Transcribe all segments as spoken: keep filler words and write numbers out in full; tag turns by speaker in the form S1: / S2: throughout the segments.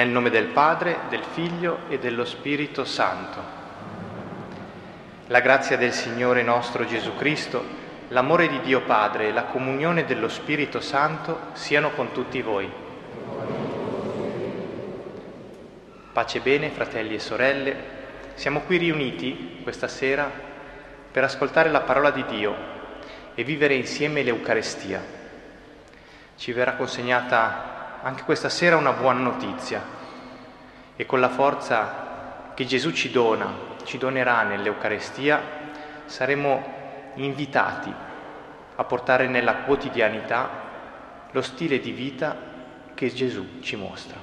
S1: Nel nome del Padre, del Figlio e dello Spirito Santo. La grazia del Signore nostro Gesù Cristo, l'amore di Dio Padre e la comunione dello Spirito Santo siano con tutti voi. Pace e bene, fratelli e sorelle, siamo qui riuniti questa sera per ascoltare la parola di Dio e vivere insieme l'Eucarestia. Ci verrà consegnata anche questa sera una buona notizia e con la forza che Gesù ci dona, ci donerà nell'Eucarestia, saremo invitati a portare nella quotidianità lo stile di vita che Gesù ci mostra.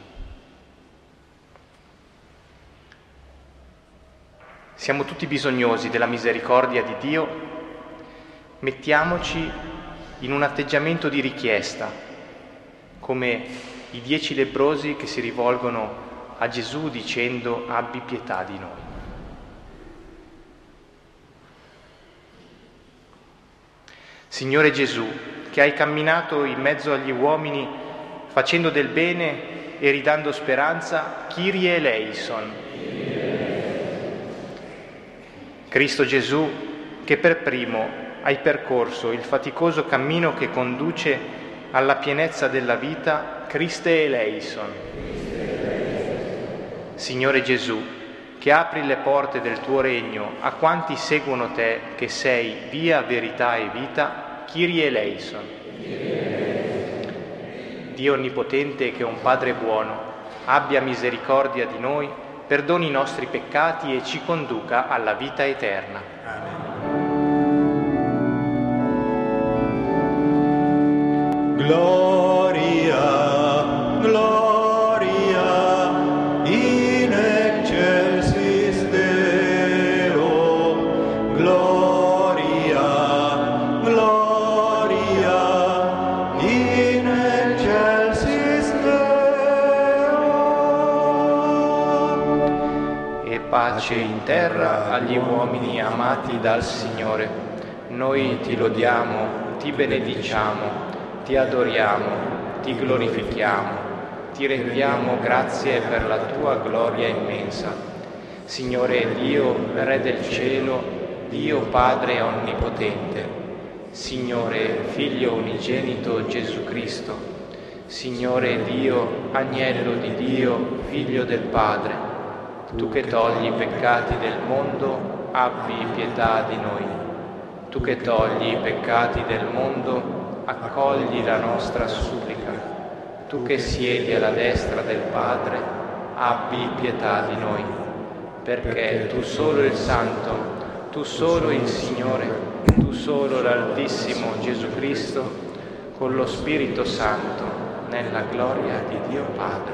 S1: Siamo tutti bisognosi della misericordia di Dio, mettiamoci in un atteggiamento di richiesta, come i dieci lebbrosi che si rivolgono a Gesù dicendo: abbi pietà di noi. Signore Gesù, che hai camminato in mezzo agli uomini facendo del bene e ridando speranza, Kyrie eleison. Cristo Gesù, che per primo hai percorso il faticoso cammino che conduce alla pienezza della vita, Christe eleison. Signore Gesù, che apri le porte del tuo regno a quanti seguono te, che sei via, verità e vita, Kyrie eleison. Dio onnipotente, che è un Padre buono, abbia misericordia di noi, perdoni i nostri peccati e ci conduca alla vita eterna. Amen.
S2: Gloria, gloria, in excelsis Deo. Gloria, gloria, in excelsis Deo.
S1: E pace in terra agli uomini amati dal Signore. Noi ti lodiamo, ti benediciamo, ti adoriamo, ti glorifichiamo, ti rendiamo grazie per la tua gloria immensa. Signore Dio, Re del cielo, Dio Padre onnipotente, Signore Figlio unigenito Gesù Cristo, Signore Dio, Agnello di Dio, Figlio del Padre, tu che togli i peccati del mondo, abbi pietà di noi. Tu che togli i peccati del mondo, accogli la nostra supplica. Tu che siedi alla destra del Padre, abbi pietà di noi, perché tu solo il Santo, tu solo il Signore, tu solo l'Altissimo Gesù Cristo, con lo Spirito Santo, nella gloria di Dio Padre.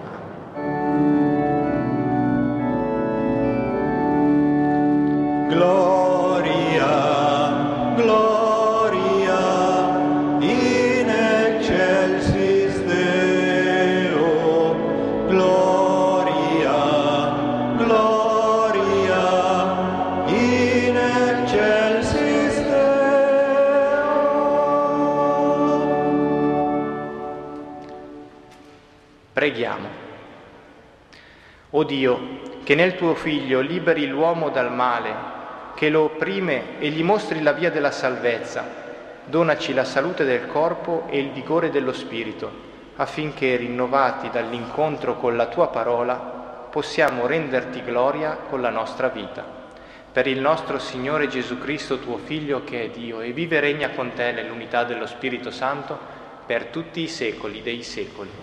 S2: Gloria, gloria.
S1: Preghiamo. O Dio, che nel tuo Figlio liberi l'uomo dal male, che lo opprime e gli mostri la via della salvezza, donaci la salute del corpo e il vigore dello spirito, affinché, rinnovati dall'incontro con la tua parola, possiamo renderti gloria con la nostra vita. Per il nostro Signore Gesù Cristo, tuo Figlio, che è Dio, e vive e regna con te nell'unità dello Spirito Santo, per tutti i secoli dei secoli.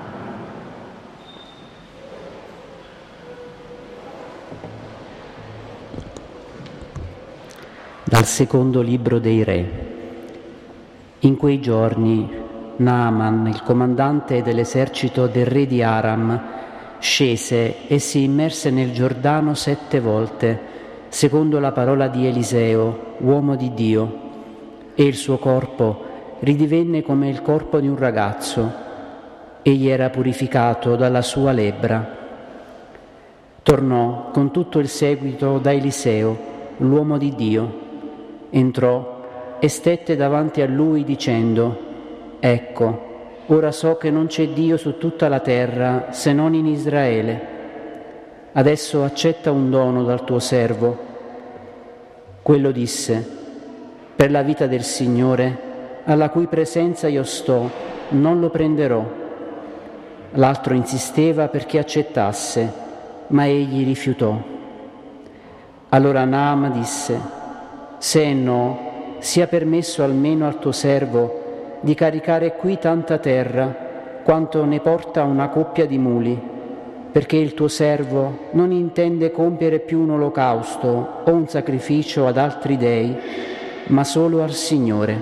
S3: Dal secondo libro dei Re. In quei giorni Naaman, il comandante dell'esercito del re di Aram, scese e si immerse nel Giordano sette volte, secondo la parola di Eliseo, uomo di Dio, e il suo corpo ridivenne come il corpo di un ragazzo. Egli era purificato dalla sua lebbra. Tornò con tutto il seguito da Eliseo, l'uomo di Dio. Entrò e stette davanti a lui dicendo: «Ecco, ora so che non c'è Dio su tutta la terra se non in Israele. Adesso accetta un dono dal tuo servo. Quello disse: per la vita del Signore, alla cui presenza io sto, non lo prenderò. L'altro insisteva perché accettasse, ma egli rifiutò. Allora Naam disse: se no, sia permesso almeno al tuo servo di caricare qui tanta terra quanto ne porta una coppia di muli, perché il tuo servo non intende compiere più un olocausto o un sacrificio ad altri dei, ma solo al Signore.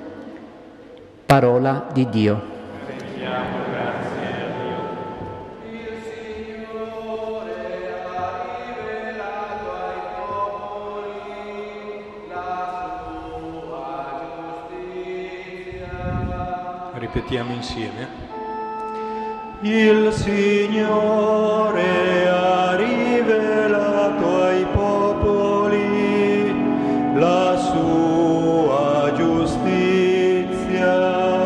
S3: Parola di Dio.
S1: Rendiamo grazie a Dio. Il Signore ha rivelato ai popoli la sua giustizia.
S2: Ripetiamo insieme. Il Signore ha rivelato ai popoli la sua giustizia.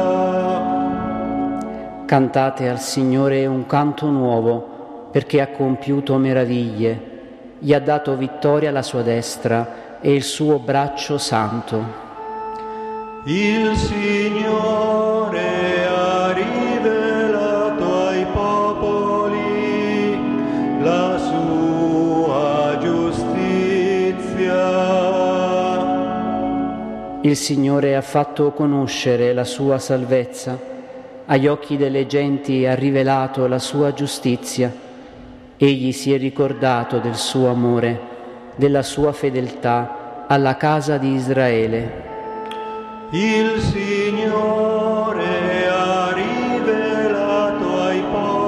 S3: Cantate al Signore un canto nuovo, perché ha compiuto meraviglie, gli ha dato vittoria alla sua destra e il suo braccio santo.
S2: Il Signore ha rivelato ai popoli la sua giustizia.
S3: Il Signore ha fatto conoscere la sua salvezza, agli occhi delle genti ha rivelato la sua giustizia. Egli si è ricordato del suo amore, della sua fedeltà alla casa di Israele.
S2: Il Signore ha rivelato ai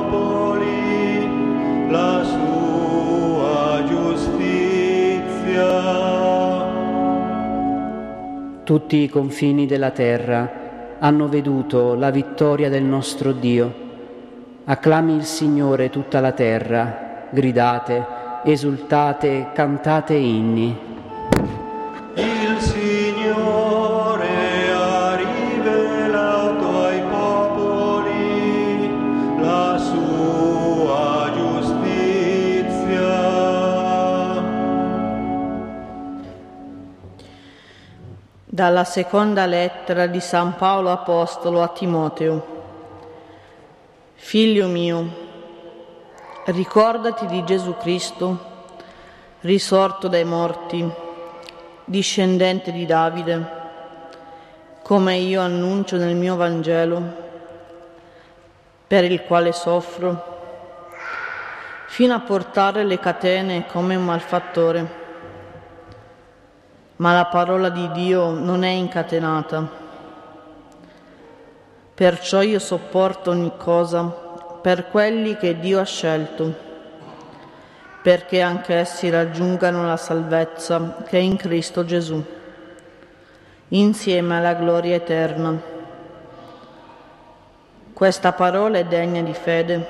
S2: popoli la sua giustizia.
S3: Tutti i confini della terra hanno veduto la vittoria del nostro Dio. Acclami il Signore tutta la terra, gridate, esultate, cantate inni.
S2: Il Signore ha rivelato ai popoli la sua giustizia.
S4: Dalla seconda lettera di San Paolo Apostolo a Timoteo. Figlio mio, ricordati di Gesù Cristo, risorto dai morti, discendente di Davide, come io annuncio nel mio Vangelo, per il quale soffro, fino a portare le catene come un malfattore. Ma la parola di Dio non è incatenata. Perciò io sopporto ogni cosa per quelli che Dio ha scelto, perché anch'essi raggiungano la salvezza che è in Cristo Gesù, insieme alla gloria eterna. Questa parola è degna di fede.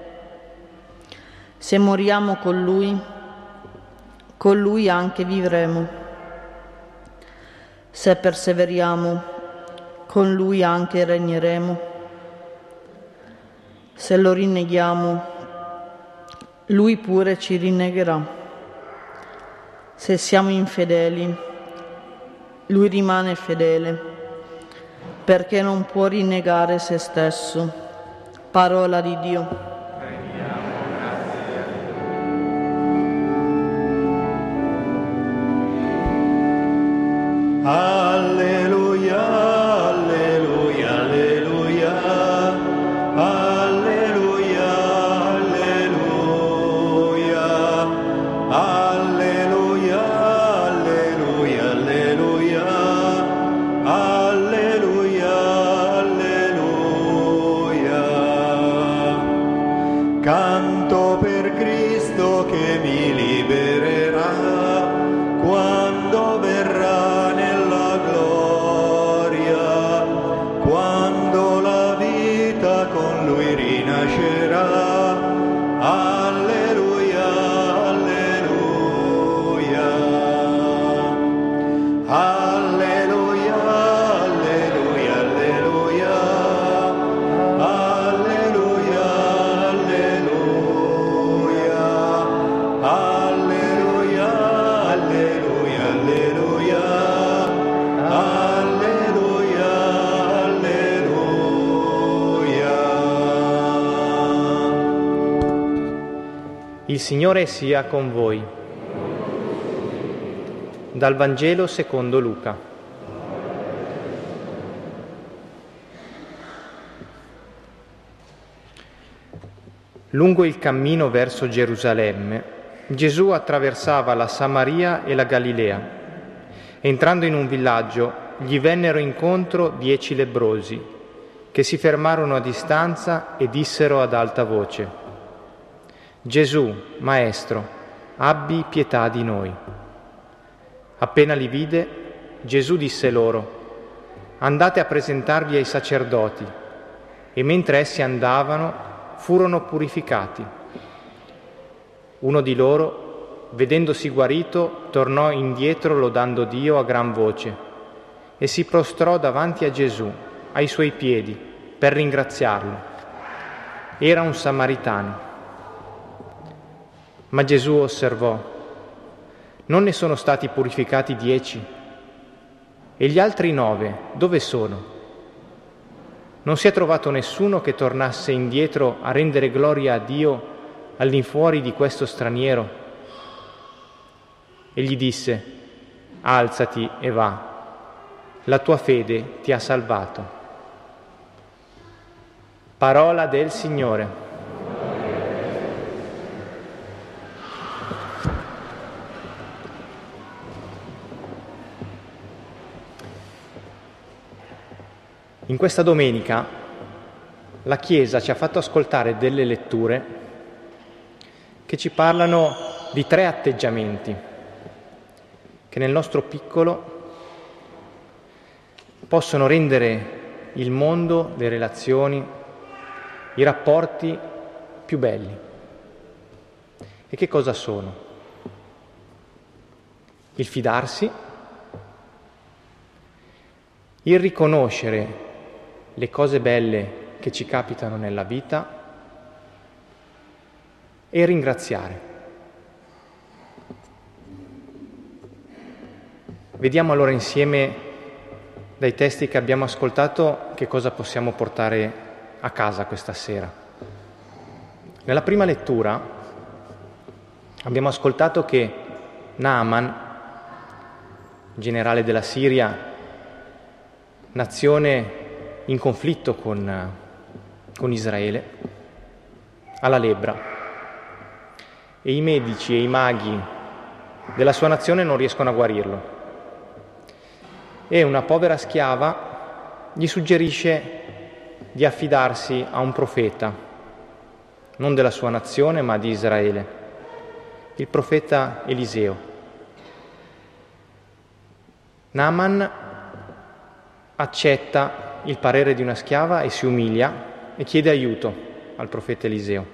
S4: Se moriamo con Lui, con Lui anche vivremo. Se perseveriamo, con Lui anche regneremo. Se lo rinneghiamo, Lui pure ci rinnegherà. Se siamo infedeli, Lui rimane fedele, perché non può rinnegare se stesso. Parola di Dio.
S2: Alleluia, alleluia, alleluia, alleluia, alleluia, alleluia, alleluia, alleluia, alleluia, alleluia. Canto per Cristo che mi libererà quando verrà con Lui rinascerà. Alleluia, alleluia, alleluia, alleluia, alleluia,
S1: Il Signore sia con voi. Dal Vangelo secondo Luca. Lungo il cammino verso Gerusalemme, Gesù attraversava la Samaria e la Galilea. Entrando in un villaggio, gli vennero incontro dieci lebbrosi, che si fermarono a distanza e dissero ad alta voce: Gesù, Maestro, abbi pietà di noi. Appena li vide, Gesù disse loro: andate a presentarvi ai sacerdoti. E mentre essi andavano, furono purificati. Uno di loro, vedendosi guarito, tornò indietro lodando Dio a gran voce e si prostrò davanti a Gesù, ai suoi piedi, per ringraziarlo. Era un samaritano. Ma Gesù osservò: non ne sono stati purificati dieci? E gli altri nove, dove sono? Non si è trovato nessuno che tornasse indietro a rendere gloria a Dio all'infuori di questo straniero? E gli disse: alzati e va, la tua fede ti ha salvato. Parola del Signore. In questa domenica la Chiesa ci ha fatto ascoltare delle letture che ci parlano di tre atteggiamenti che nel nostro piccolo possono rendere il mondo, le relazioni, i rapporti più belli. E che cosa sono? Il fidarsi, il riconoscere le cose belle che ci capitano nella vita e ringraziare. Vediamo allora insieme dai testi che abbiamo ascoltato che cosa possiamo portare a casa questa sera. Nella prima lettura abbiamo ascoltato che Naaman, generale della Siria, nazione in conflitto con, con Israele, ha la lebbra e i medici e i maghi della sua nazione non riescono a guarirlo. E una povera schiava gli suggerisce di affidarsi a un profeta, non della sua nazione ma di Israele, il profeta Eliseo. Naaman accetta il parere di una schiava e si umilia e chiede aiuto al profeta Eliseo.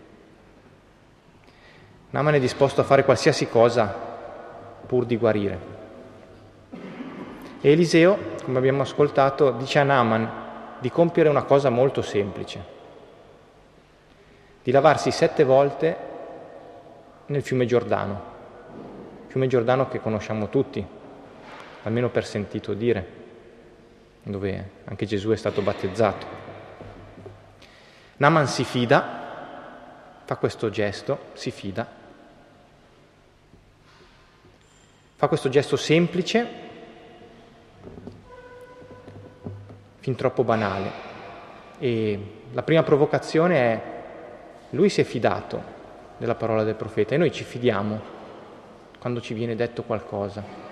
S1: Naaman è disposto a fare qualsiasi cosa pur di guarire. E Eliseo, come abbiamo ascoltato, dice a Naaman di compiere una cosa molto semplice: di lavarsi sette volte nel fiume Giordano, fiume Giordano che conosciamo tutti, almeno per sentito dire, dove anche Gesù è stato battezzato. Naaman si fida, fa questo gesto, si fida, fa questo gesto semplice, fin troppo banale. E la prima provocazione è: lui si è fidato della parola del profeta e noi ci fidiamo quando ci viene detto qualcosa.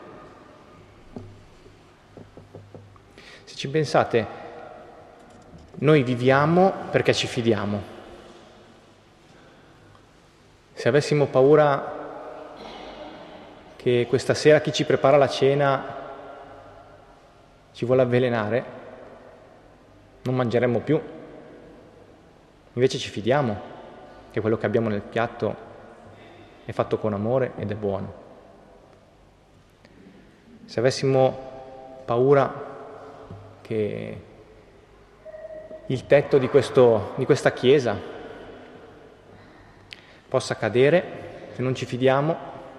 S1: Se ci pensate, noi viviamo perché ci fidiamo. Se avessimo paura che questa sera chi ci prepara la cena ci vuole avvelenare, non mangeremmo più. Invece ci fidiamo che quello che abbiamo nel piatto è fatto con amore ed è buono. Se avessimo paura che il tetto di, questo, di questa chiesa possa cadere, se non ci fidiamo,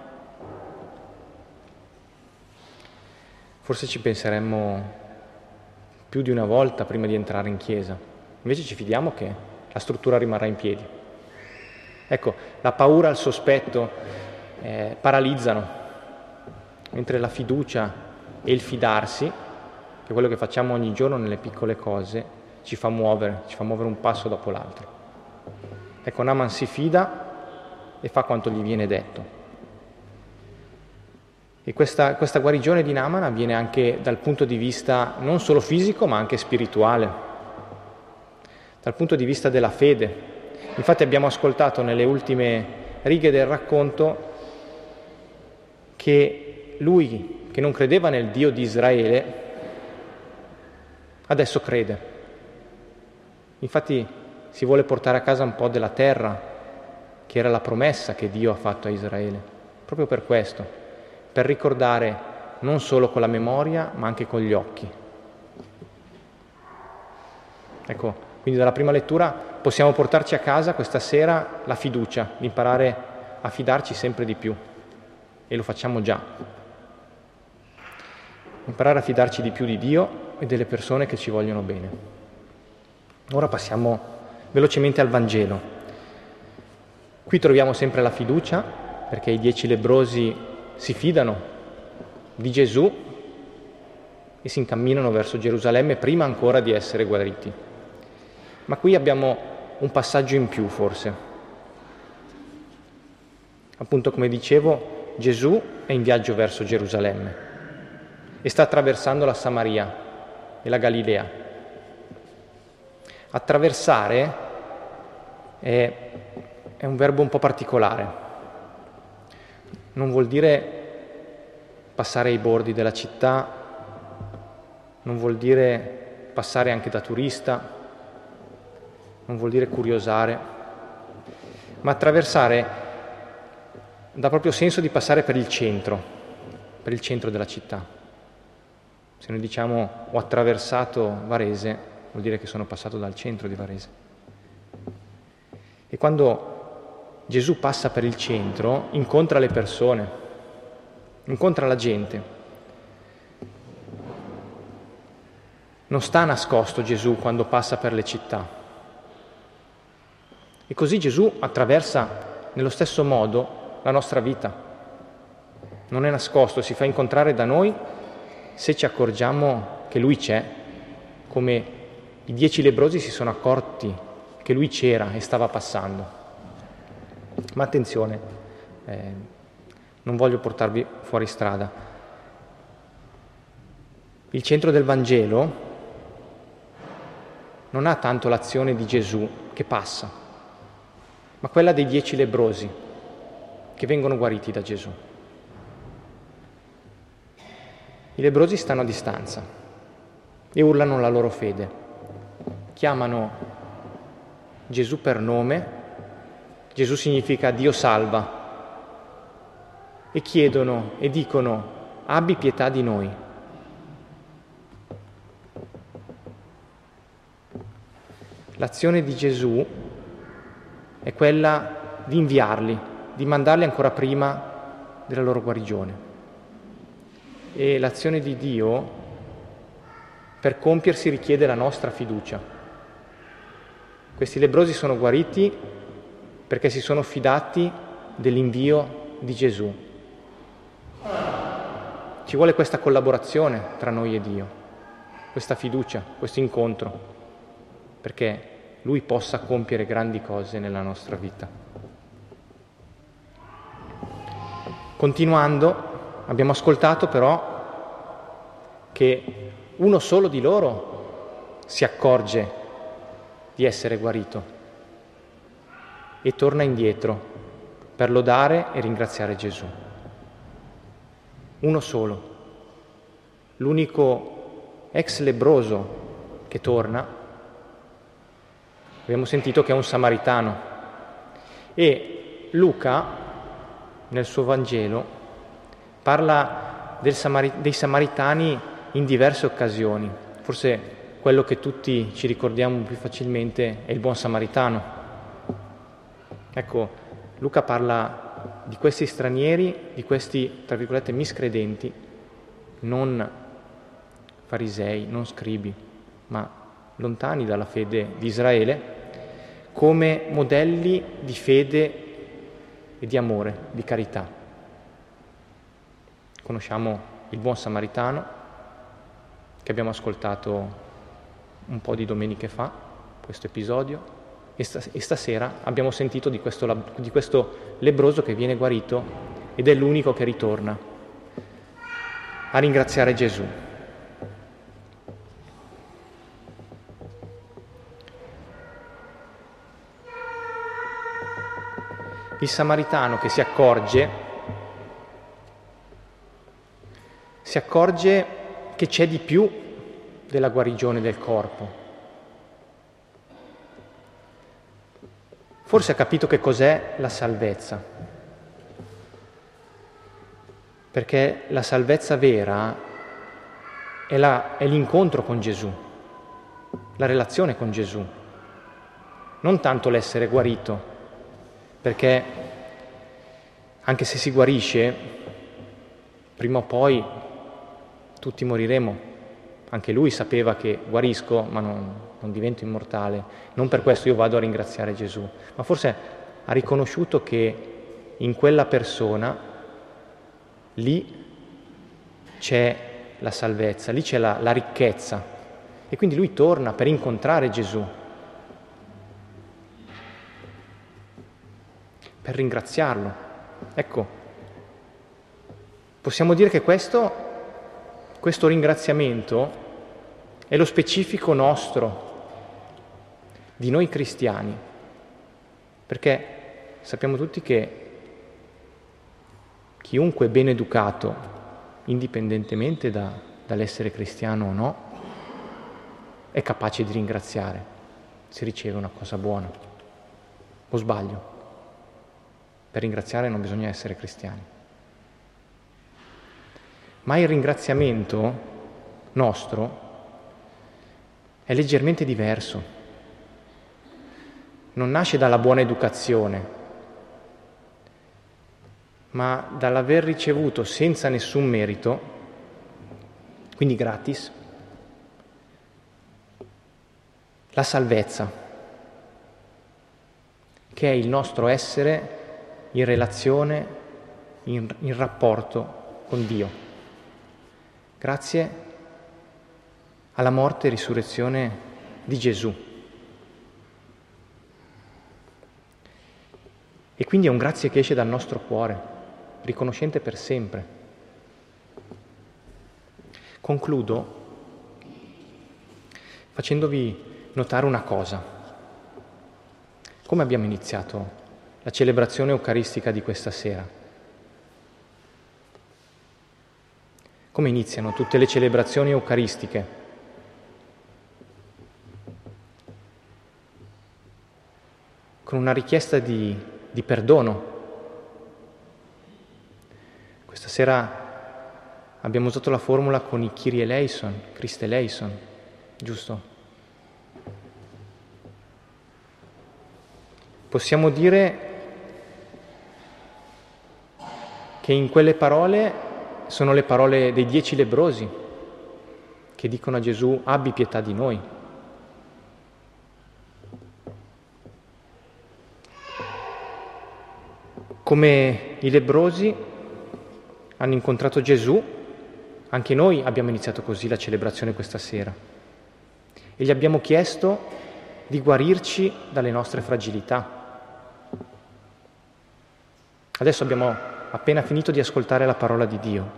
S1: forse ci penseremmo più di una volta prima di entrare in chiesa. Invece ci fidiamo che la struttura rimarrà in piedi. Ecco, la paura e il sospetto eh, paralizzano, mentre la fiducia e il fidarsi, che è quello che facciamo ogni giorno nelle piccole cose, ci fa muovere, ci fa muovere un passo dopo l'altro. Ecco, Naaman si fida e fa quanto gli viene detto. E questa, questa guarigione di Naaman avviene anche dal punto di vista non solo fisico, ma anche spirituale, dal punto di vista della fede. Infatti abbiamo ascoltato nelle ultime righe del racconto che lui, che non credeva nel Dio di Israele, adesso crede. Infatti si vuole portare a casa un po' della terra, che era la promessa che Dio ha fatto a Israele, proprio per questo, per ricordare non solo con la memoria, ma anche con gli occhi. Ecco, quindi dalla prima lettura possiamo portarci a casa questa sera la fiducia, l'imparare a fidarci sempre di più, e lo facciamo già. Imparare a fidarci di più di Dio e delle persone che ci vogliono bene. Ora passiamo velocemente al Vangelo. Qui troviamo sempre la fiducia, perché i dieci lebbrosi si fidano di Gesù e si incamminano verso Gerusalemme prima ancora di essere guariti. Ma qui abbiamo un passaggio in più, forse. Appunto, come dicevo, Gesù è in viaggio verso Gerusalemme e sta attraversando la Samaria e la Galilea. Attraversare è, è un verbo un po' particolare. Non vuol dire passare ai bordi della città, non vuol dire passare anche da turista, non vuol dire curiosare, ma attraversare dà proprio senso di passare per il centro, per il centro della città. Se noi diciamo ho attraversato Varese, vuol dire che sono passato dal centro di Varese. E quando Gesù passa per il centro, incontra le persone, incontra la gente. Non sta nascosto Gesù quando passa per le città. E così Gesù attraversa nello stesso modo la nostra vita. Non è nascosto, si fa incontrare da noi se ci accorgiamo che Lui c'è, come i dieci lebbrosi si sono accorti che Lui c'era e stava passando. Ma attenzione, eh, non voglio portarvi fuori strada. Il centro del Vangelo non ha tanto l'azione di Gesù che passa, ma quella dei dieci lebbrosi che vengono guariti da Gesù. I lebbrosi stanno a distanza e urlano la loro fede. Chiamano Gesù per nome, Gesù significa Dio salva, e chiedono e dicono: abbi pietà di noi. L'azione di Gesù è quella di inviarli, di mandarli ancora prima della loro guarigione. E l'azione di Dio per compiersi richiede la nostra fiducia. Questi lebbrosi sono guariti perché si sono fidati dell'invio di Gesù. Ci vuole questa collaborazione tra noi e Dio, questa fiducia, questo incontro, perché Lui possa compiere grandi cose nella nostra vita. Continuando, abbiamo ascoltato però che uno solo di loro si accorge di essere guarito e torna indietro per lodare e ringraziare Gesù. Uno solo, l'unico ex lebbroso che torna. Abbiamo sentito che è un samaritano e Luca, nel suo Vangelo, parla del Samari- dei samaritani in diverse occasioni. Forse quello che tutti ci ricordiamo più facilmente è il buon samaritano. Ecco, Luca parla di questi stranieri, di questi, tra virgolette, miscredenti, non farisei, non scribi, ma lontani dalla fede di Israele, come modelli di fede e di amore, di carità. Conosciamo il buon samaritano che abbiamo ascoltato un po' di domeniche fa, questo episodio, e, stas- e stasera abbiamo sentito di questo, lab- di questo lebbroso che viene guarito ed è l'unico che ritorna a ringraziare Gesù. Il samaritano che si accorge, si accorge che c'è di più della guarigione del corpo. Forse ha capito che cos'è la salvezza, perché la salvezza vera è, la, è l'incontro con Gesù, la relazione con Gesù, non tanto l'essere guarito, perché anche se si guarisce, prima o poi tutti moriremo. Anche lui sapeva che guarisco, ma non, non divento immortale. Non per questo io vado a ringraziare Gesù, ma forse ha riconosciuto che in quella persona, lì c'è la salvezza, lì c'è la, la ricchezza. E quindi lui torna per incontrare Gesù, per ringraziarlo. Ecco, possiamo dire che questo, questo ringraziamento è lo specifico nostro, di noi cristiani, perché sappiamo tutti che chiunque ben educato, indipendentemente da, dall'essere cristiano o no, è capace di ringraziare se riceve una cosa buona. O sbaglio? Per ringraziare non bisogna essere cristiani. Ma il ringraziamento nostro è leggermente diverso. Non nasce dalla buona educazione, ma dall'aver ricevuto senza nessun merito, quindi gratis, la salvezza, che è il nostro essere in relazione, in, in rapporto con Dio, grazie alla morte e risurrezione di Gesù. E quindi è un grazie che esce dal nostro cuore, riconoscente per sempre. Concludo facendovi notare una cosa. Come abbiamo iniziato la celebrazione eucaristica di questa sera? Come iniziano tutte le celebrazioni eucaristiche? Con una richiesta di, di perdono. Questa sera abbiamo usato la formula con i Kyrie eleison, Christe eleison, giusto? Possiamo dire che in quelle parole sono le parole dei dieci lebbrosi che dicono a Gesù: abbi pietà di noi. Come i lebbrosi hanno incontrato Gesù, anche noi abbiamo iniziato così la celebrazione questa sera e gli abbiamo chiesto di guarirci dalle nostre fragilità. Adesso abbiamo appena finito di ascoltare la parola di Dio,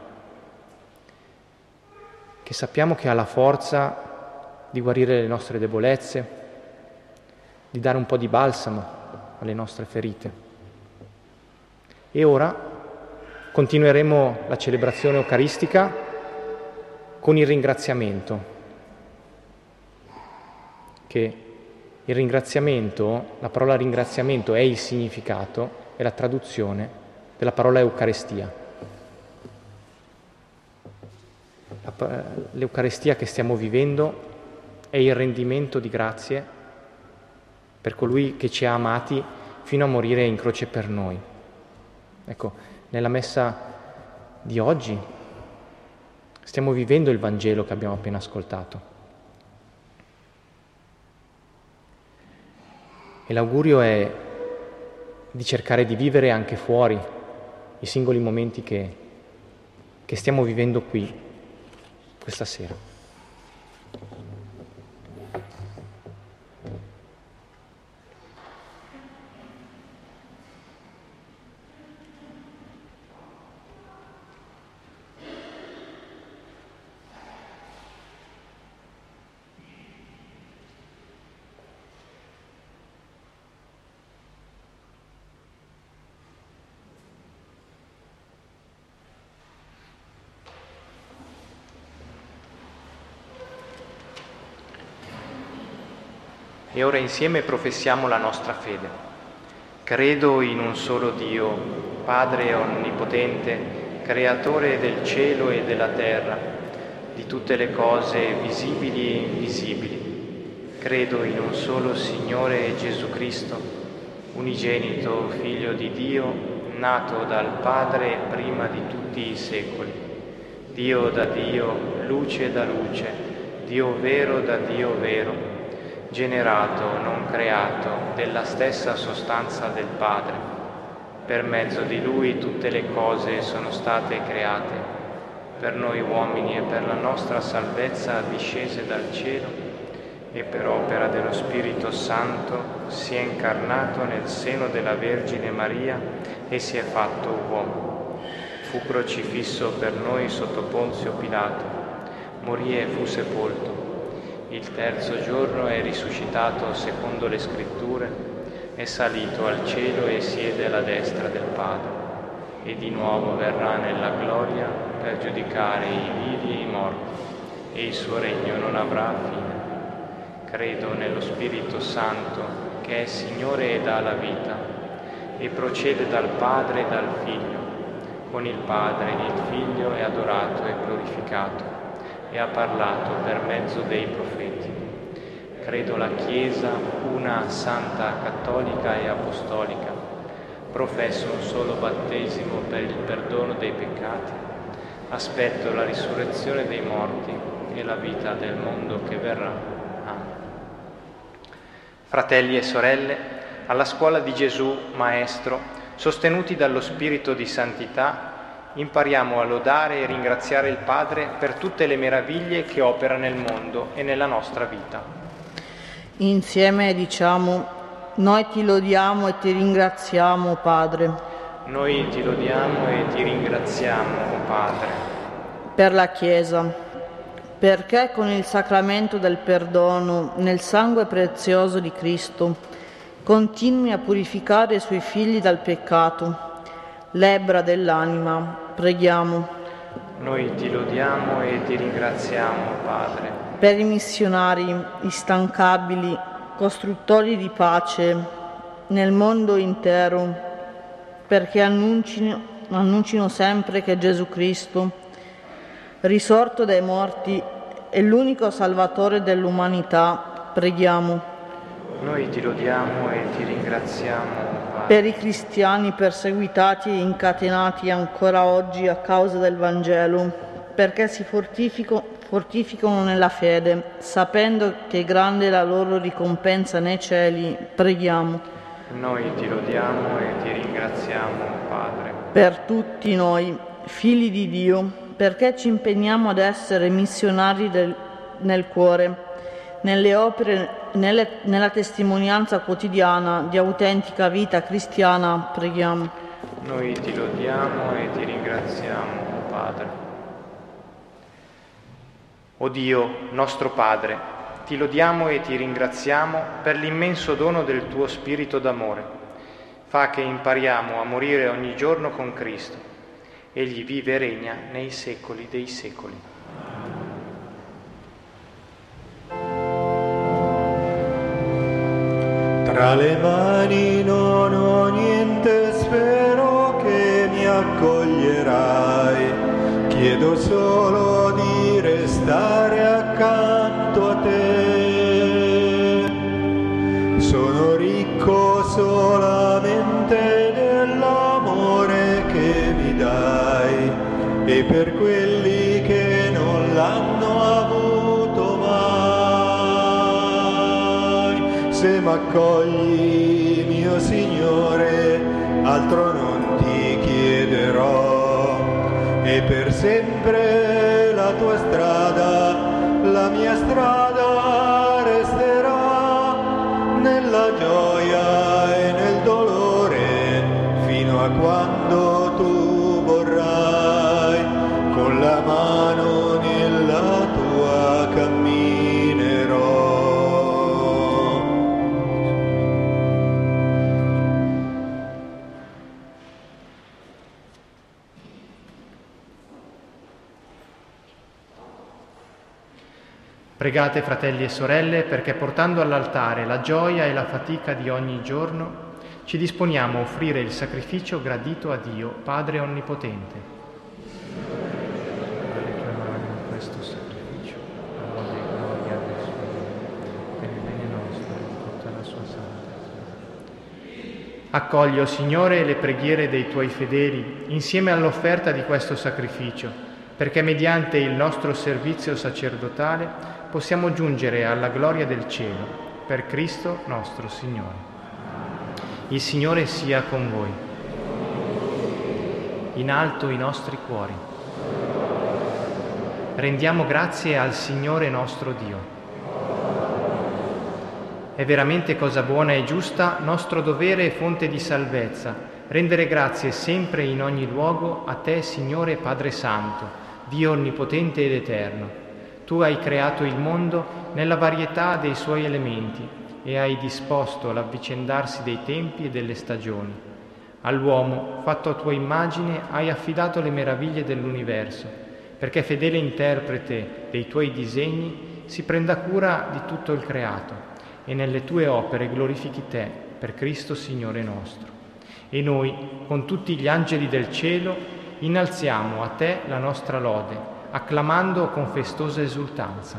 S1: che sappiamo che ha la forza di guarire le nostre debolezze, di dare un po' di balsamo alle nostre ferite. E ora continueremo la celebrazione eucaristica con il ringraziamento, che il ringraziamento, la parola ringraziamento è il significato, è la traduzione della parola Eucaristia. L'Eucaristia che stiamo vivendo è il rendimento di grazie per colui che ci ha amati fino a morire in croce per noi. Ecco, nella messa di oggi stiamo vivendo il Vangelo che abbiamo appena ascoltato. E l'augurio è di cercare di vivere anche fuori i singoli momenti che, che stiamo vivendo qui questa sera. E ora insieme professiamo la nostra fede. Credo in un solo Dio, Padre onnipotente, creatore del cielo e della terra, di tutte le cose visibili e invisibili. Credo in un solo Signore Gesù Cristo, unigenito Figlio di Dio, nato dal Padre prima di tutti i secoli. Dio da Dio, luce da luce, Dio vero da Dio vero, generato, non creato, della stessa sostanza del Padre. Per mezzo di Lui tutte le cose sono state create, per noi uomini e per la nostra salvezza discese dal cielo, e per opera dello Spirito Santo si è incarnato nel seno della Vergine Maria e si è fatto uomo. Fu crocifisso per noi sotto Ponzio Pilato, morì e fu sepolto. Il terzo giorno è risuscitato secondo le Scritture, è salito al cielo e siede alla destra del Padre, e di nuovo verrà nella gloria per giudicare i vivi e i morti, e il suo regno non avrà fine. Credo nello Spirito Santo, che è Signore e dà la vita, e procede dal Padre e dal Figlio. Con il Padre il Figlio è adorato e glorificato, e ha parlato per mezzo dei profeti. Credo la Chiesa, una santa, cattolica e apostolica. Professo un solo battesimo per il perdono dei peccati. Aspetto la risurrezione dei morti e la vita del mondo che verrà. Amen. Fratelli e sorelle, alla scuola di Gesù, Maestro, sostenuti dallo Spirito di santità, impariamo a lodare e ringraziare il Padre per tutte le meraviglie che opera nel mondo e nella nostra vita.
S4: Insieme diciamo: noi ti lodiamo e ti ringraziamo, Padre.
S1: Noi ti lodiamo e ti ringraziamo, Padre.
S4: Per la Chiesa, perché con il sacramento del perdono, nel sangue prezioso di Cristo, continui a purificare i suoi figli dal peccato, lebbra dell'anima, preghiamo.
S1: Noi ti lodiamo e ti ringraziamo, Padre.
S4: Per i missionari instancabili, costruttori di pace nel mondo intero, perché annuncino, annuncino sempre che Gesù Cristo, risorto dai morti, è l'unico Salvatore dell'umanità, preghiamo.
S1: Noi ti lodiamo e ti ringraziamo,
S4: per i cristiani perseguitati e incatenati ancora oggi a causa del Vangelo, perché si fortifico, fortificano nella fede, sapendo che è grande la loro ricompensa nei cieli, preghiamo.
S1: Noi ti lodiamo e ti ringraziamo, Padre.
S4: Per tutti noi, figli di Dio, perché ci impegniamo ad essere missionari del, nel cuore, nelle opere, nelle, nella testimonianza quotidiana di autentica vita cristiana, preghiamo.
S1: Noi ti lodiamo e ti ringraziamo, Padre. O Dio, nostro Padre, ti lodiamo e ti ringraziamo per l'immenso dono del tuo Spirito d'amore. Fa che impariamo a morire ogni giorno con Cristo. Egli vive e regna nei secoli dei secoli.
S2: Tra le mani non ho niente, spero che mi accoglierai. Chiedo solo di restare accanto a te. Sono ricco solamente dell'amore che mi dai e per quelli che non l'hanno avuto mai. se m'accogli, mio Signore, altro non ti chiederò, e per sempre la tua strada, la mia strada resterà, nella gioia e nel dolore, fino a quando tu vorrai, con la mano nella tua camminerò.
S5: Pregate, fratelli e sorelle, perché portando all'altare la gioia e la fatica di ogni giorno, ci disponiamo a offrire il sacrificio gradito a Dio, Padre Onnipotente. Questo sacrificio, amore e gloria del suo nome, per il bene nostro e tutta la sua santa. Accogli, o Signore, le preghiere dei tuoi fedeli insieme all'offerta di questo sacrificio, perché mediante il nostro servizio sacerdotale possiamo giungere alla gloria del cielo, per Cristo nostro Signore. Il Signore sia con voi. In alto i nostri cuori. Rendiamo grazie al Signore nostro Dio. È veramente cosa buona e giusta, nostro dovere e fonte di salvezza, rendere grazie sempre e in ogni luogo a Te, Signore Padre Santo, Dio onnipotente ed eterno. Tu hai creato il mondo nella varietà dei suoi elementi e hai disposto l'avvicendarsi dei tempi e delle stagioni. All'uomo, fatto a tua immagine, hai affidato le meraviglie dell'universo, perché fedele interprete dei tuoi disegni si prenda cura di tutto il creato e nelle tue opere glorifichi te per Cristo Signore nostro. E noi, con tutti gli angeli del cielo, innalziamo a te la nostra lode, acclamando con festosa esultanza.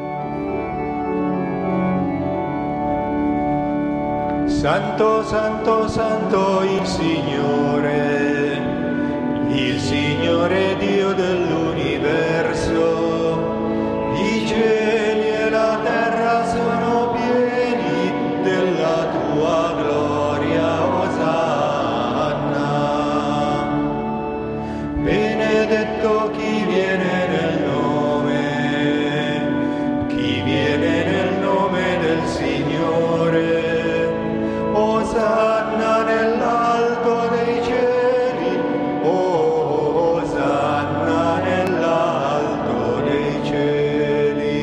S2: Santo, santo, santo il Signore, il Signore Dio dell'universo. I cieli e la terra sono pieni della tua gloria, Osanna. Benedetto chi viene nel nome, chi viene nel nome del Signore. Osanna nell'alto dei cieli, Osanna nell'alto dei cieli.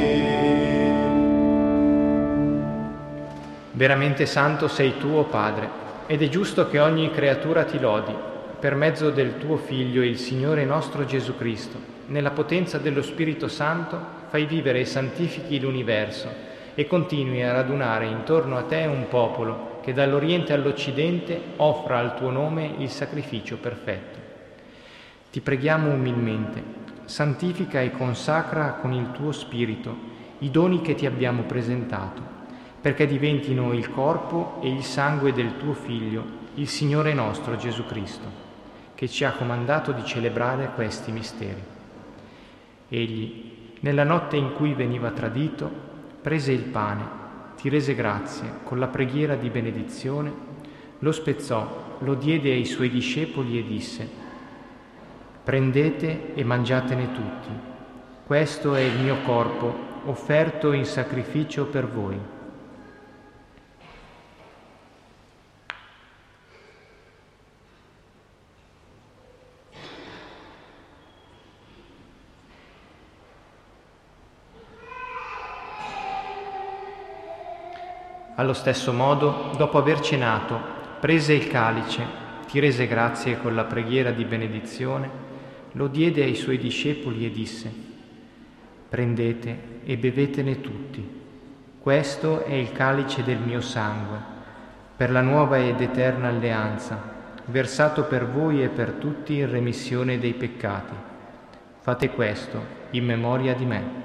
S5: Veramente santo sei tu, o Padre, ed è giusto che ogni creatura ti lodi, per mezzo del tuo Figlio, il Signore nostro Gesù Cristo. Nella potenza dello Spirito Santo fai vivere e santifichi l'universo e continui a radunare intorno a te un popolo che dall'Oriente all'Occidente offra al tuo nome il sacrificio perfetto. Ti preghiamo umilmente, santifica e consacra con il tuo Spirito i doni che ti abbiamo presentato, perché diventino il corpo e il sangue del tuo Figlio, il Signore nostro Gesù Cristo, che ci ha comandato di celebrare questi misteri. Egli, nella notte in cui veniva tradito, prese il pane, ti rese grazie con la preghiera di benedizione, lo spezzò, lo diede ai suoi discepoli e disse: prendete e mangiatene tutti, questo è il mio corpo offerto in sacrificio per voi. Allo stesso modo, dopo aver cenato, prese il calice, ti rese grazie con la preghiera di benedizione, lo diede ai suoi discepoli e disse: prendete e bevetene tutti, questo è il calice del mio sangue, per la nuova ed eterna alleanza, versato per voi e per tutti in remissione dei peccati. Fate questo in memoria di me.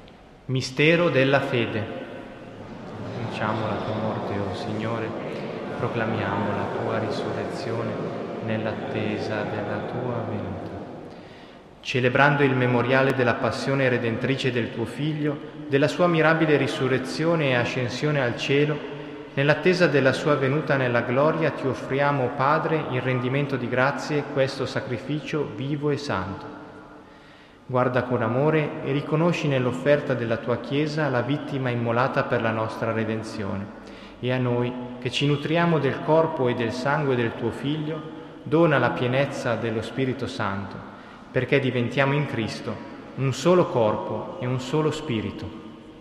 S5: Mistero della fede. Annunciamo la tua morte, o Signore, proclamiamo la tua risurrezione nell'attesa della tua venuta. Celebrando il memoriale della passione redentrice del tuo Figlio, della sua mirabile risurrezione e ascensione al cielo, nell'attesa della sua venuta nella gloria, ti offriamo, Padre, in rendimento di grazie, questo sacrificio vivo e santo. Guarda con amore e riconosci nell'offerta della tua Chiesa la vittima immolata per la nostra redenzione. E a noi, che ci nutriamo del corpo e del sangue del tuo Figlio, dona la pienezza dello Spirito Santo, perché diventiamo in Cristo un solo corpo e un solo Spirito.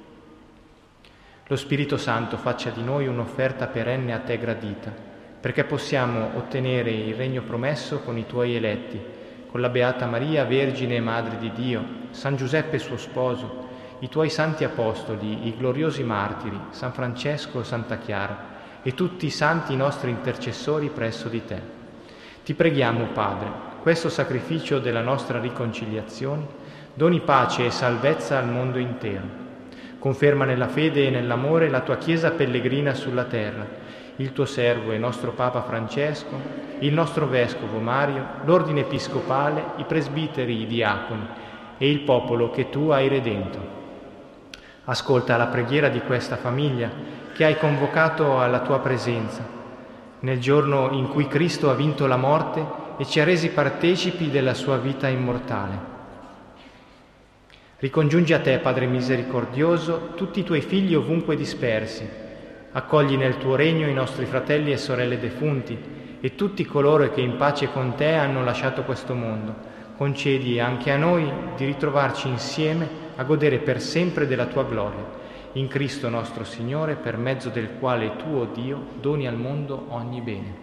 S5: Lo Spirito Santo faccia di noi un'offerta perenne a te gradita, perché possiamo ottenere il regno promesso con i tuoi eletti, con la Beata Maria, Vergine e Madre di Dio, San Giuseppe suo sposo, i tuoi santi apostoli, i gloriosi martiri, San Francesco e Santa Chiara, e tutti i santi nostri intercessori presso di te. Ti preghiamo, Padre, questo sacrificio della nostra riconciliazione doni pace e salvezza al mondo intero. Conferma nella fede e nell'amore la tua Chiesa pellegrina sulla terra, il tuo servo e nostro Papa Francesco, il nostro Vescovo Mario, l'ordine episcopale, i presbiteri, i diaconi e il popolo che tu hai redento. Ascolta la preghiera di questa famiglia che hai convocato alla tua presenza, nel giorno in cui Cristo ha vinto la morte e ci ha resi partecipi della sua vita immortale. Ricongiungi a te, Padre misericordioso, tutti i tuoi figli ovunque dispersi. Accogli nel tuo regno i nostri fratelli e sorelle defunti e tutti coloro che in pace con te hanno lasciato questo mondo. Concedi anche a noi di ritrovarci insieme a godere per sempre della tua gloria. In Cristo nostro Signore, per mezzo del quale tu, o Dio, doni al mondo ogni bene.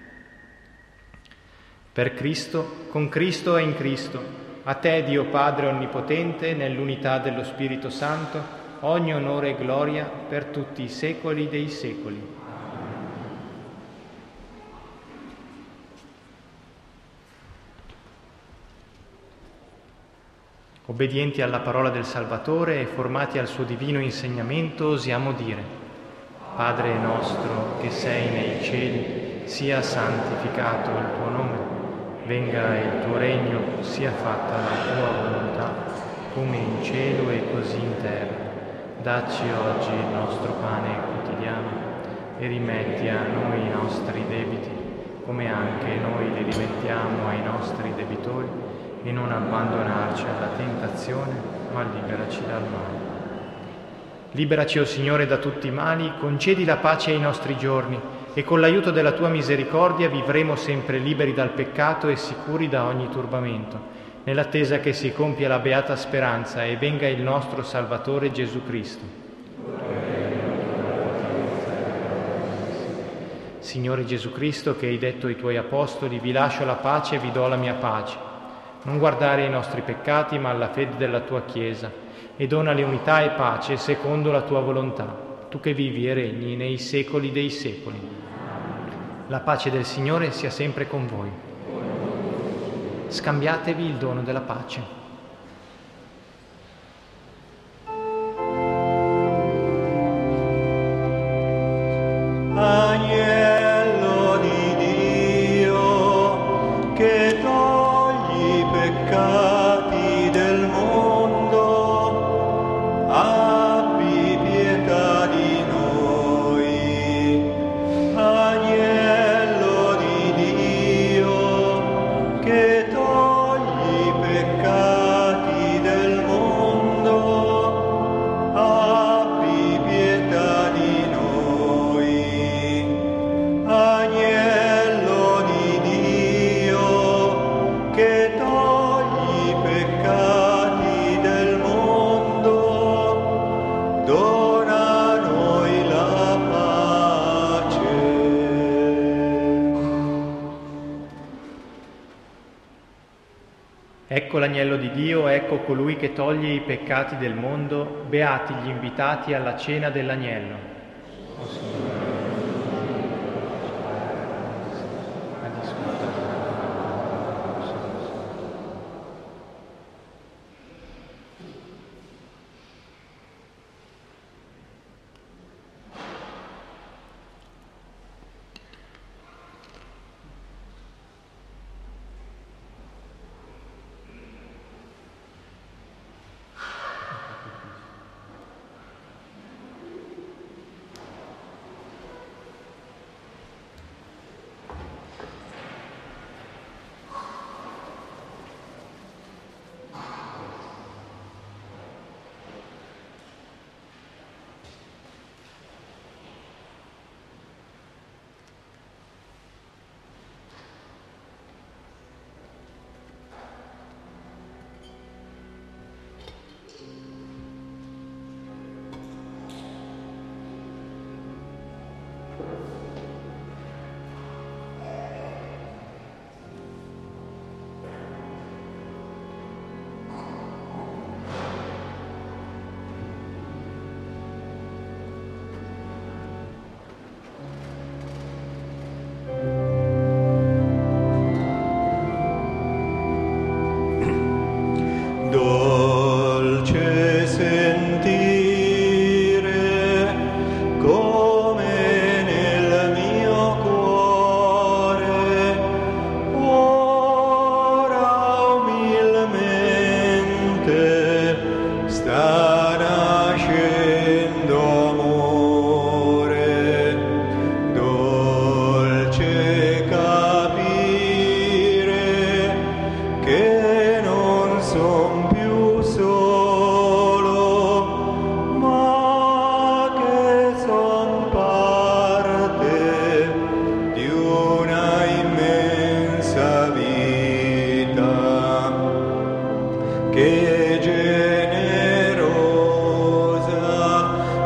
S5: Per Cristo, con Cristo e in Cristo, a te, Dio Padre Onnipotente, nell'unità dello Spirito Santo, ogni onore e gloria per tutti i secoli dei secoli. Obbedienti alla parola del Salvatore e formati al suo divino insegnamento, osiamo dire: Padre nostro che sei nei cieli, sia santificato il tuo nome. Venga il tuo regno, sia fatta la tua volontà, come in cielo e così in terra. Dacci oggi il nostro pane quotidiano e rimetti a noi i nostri debiti, come anche noi li rimettiamo ai nostri debitori, e non abbandonarci alla tentazione, ma liberaci dal male. Liberaci, o Signore, da tutti i mali, concedi la pace ai nostri giorni, e con l'aiuto della tua misericordia vivremo sempre liberi dal peccato e sicuri da ogni turbamento, nell'attesa che si compia la beata speranza e venga il nostro Salvatore Gesù Cristo. Signore Gesù Cristo, che hai detto ai tuoi apostoli: vi lascio la pace e vi do la mia pace, non guardare ai nostri peccati ma alla fede della tua Chiesa, e donale unità e pace secondo la tua volontà, tu che vivi e regni nei secoli dei secoli. La pace del Signore sia sempre con voi. Scambiatevi il dono della pace.
S2: Agnello di Dio, che togli i peccati del mondo, abbi pietà di noi. Agnello di Dio, che togli i peccati del mondo, abbi pietà di noi. Agnello di Dio, che togli i peccati del mondo, dona a noi la pace.
S5: Ecco l'agnello di Dio, ecco colui che toglie i peccati del mondo. Beati gli invitati alla cena dell'agnello.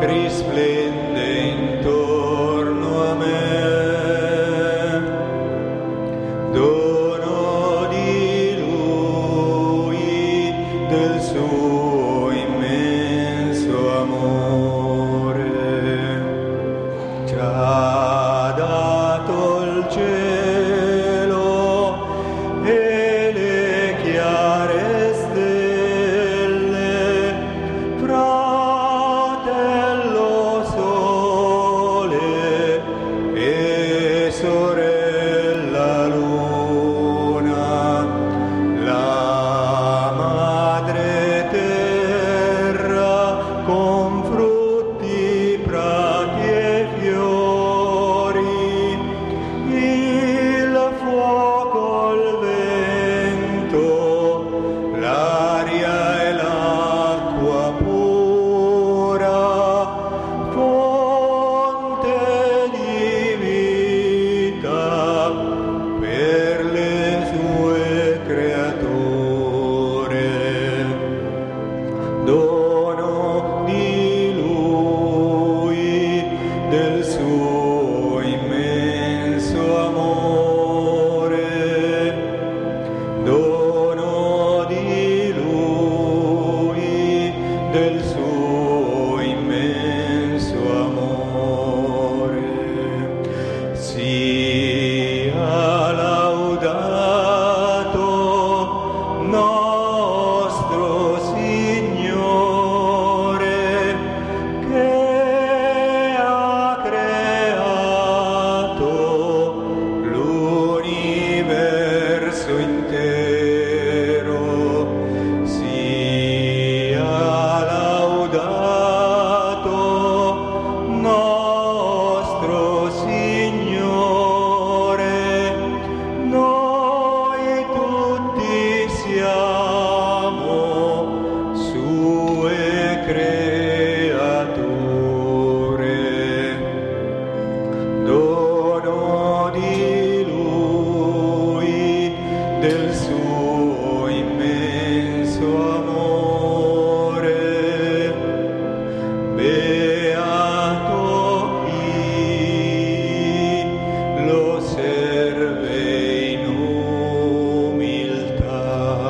S2: risplende intorno a me. Dono di Lui, del suo immenso amore, ci ha dato il cielo e le chiare stelle, fratello sole e sorella luna, la madre terra con frutti, prati e fiori, il fuoco, il vento, l'aria e l'acqua pura, fonte di vita per le sue creature. Dono di Lui, del suo immenso amore, dono di Lui, del suo immenso amore. Sia laudato nostro Signore, che ha creato l'universo intero. Sia laudato nostro Signore, noi tutti siamo sue creature. Dono di Lui, del suo immenso amore, beato chi lo serve in umiltà.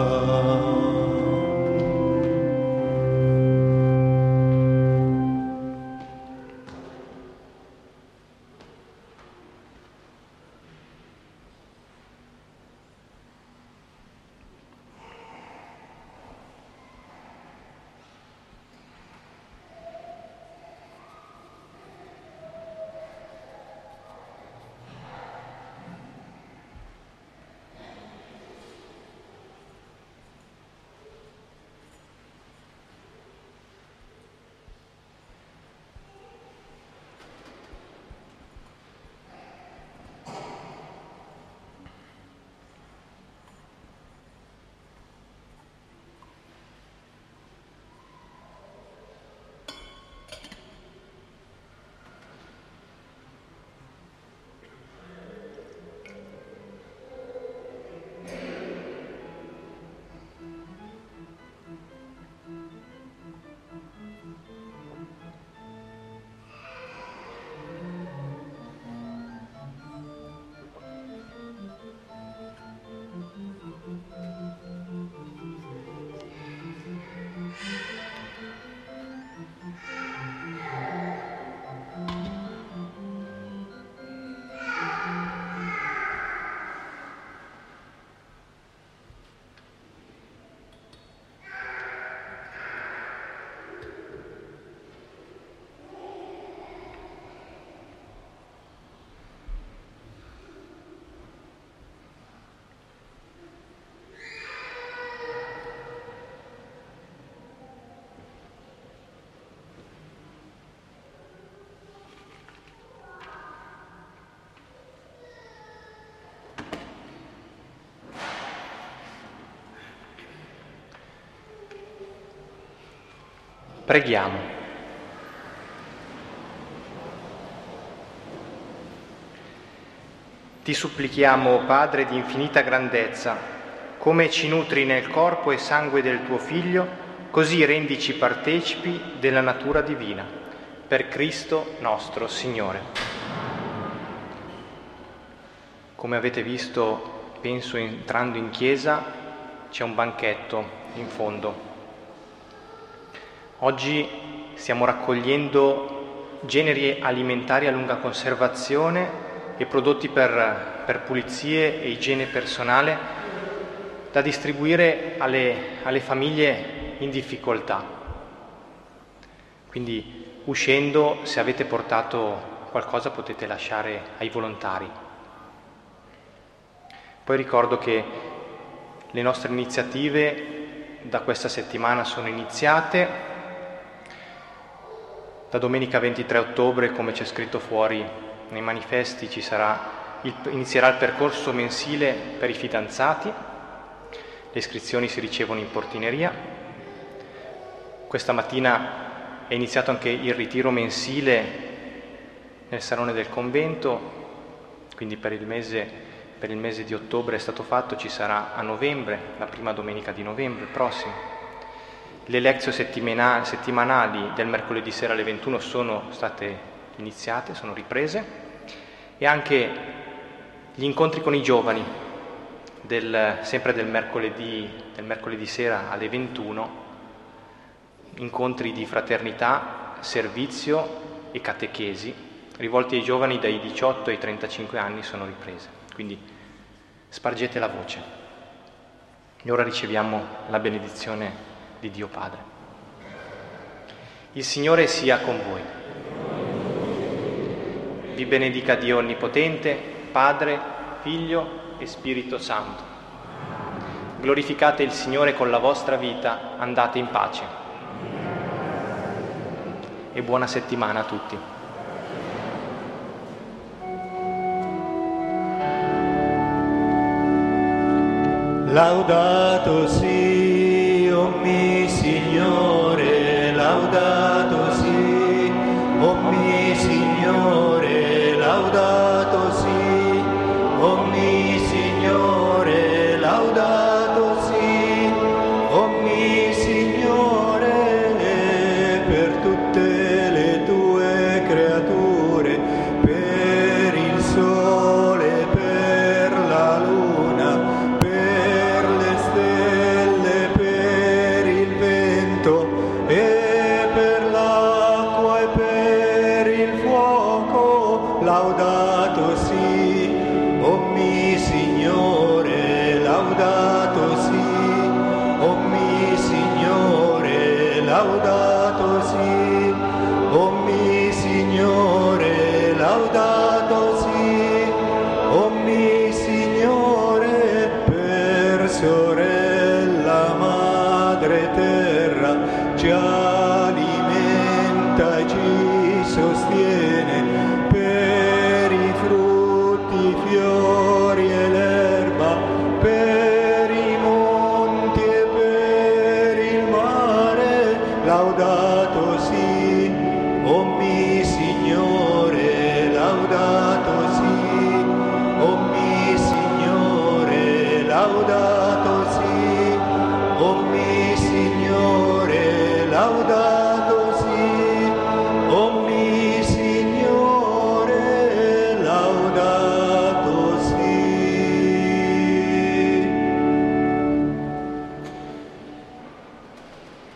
S1: Preghiamo. Ti supplichiamo, Padre di infinita grandezza, come ci nutri nel corpo e sangue del tuo Figlio, così rendici partecipi della natura divina. per Cristo nostro Signore. Come avete visto, penso entrando in chiesa, c'è un banchetto in fondo. Oggi stiamo raccogliendo generi alimentari a lunga conservazione e prodotti per, per pulizie e igiene personale da distribuire alle, alle famiglie in difficoltà. Quindi, uscendo, se avete portato qualcosa potete lasciare ai volontari. Poi ricordo che le nostre iniziative da questa settimana sono iniziate. Da domenica ventitré ottobre, come c'è scritto fuori nei manifesti, ci sarà il, inizierà il percorso mensile per i fidanzati. Le iscrizioni si ricevono in portineria. Questa mattina è iniziato anche il ritiro mensile nel salone del convento, quindi per il mese, per il mese di ottobre è stato fatto, ci sarà a novembre, la prima domenica di novembre prossimo. Le lezioni settimanali, settimanali del mercoledì sera alle ventuno sono state iniziate, sono riprese, e anche gli incontri con i giovani, del, sempre del mercoledì, del mercoledì sera alle ventuno, incontri di fraternità, servizio e catechesi rivolti ai giovani dai diciotto ai trentacinque anni sono riprese. Quindi spargete la voce. E ora riceviamo la benedizione di Dio Padre. Il Signore sia con voi. Vi benedica Dio Onnipotente, Padre, Figlio e Spirito Santo. Glorificate il Signore con la vostra vita, andate in pace. E buona settimana a tutti.
S2: Laudato si, omni Signore, laudato si, omni Signore, laudato si, omni Signore, laudato si, omni Signore, per tutte le tue creature, per il sole, per la luna, per le stelle, per il vento e per l'acqua e per il fuoco, laudato si, omni Signore, laudato si, omni Signore, laudato si, omni Signore, laudato si, omni Signore, per sorella madre terra, ci alimenta e ci sostiene, per i frutti, i fiori e l'erba, per i monti e per il mare, laudato si, omni Signore, laudato si, omni Signore, laudato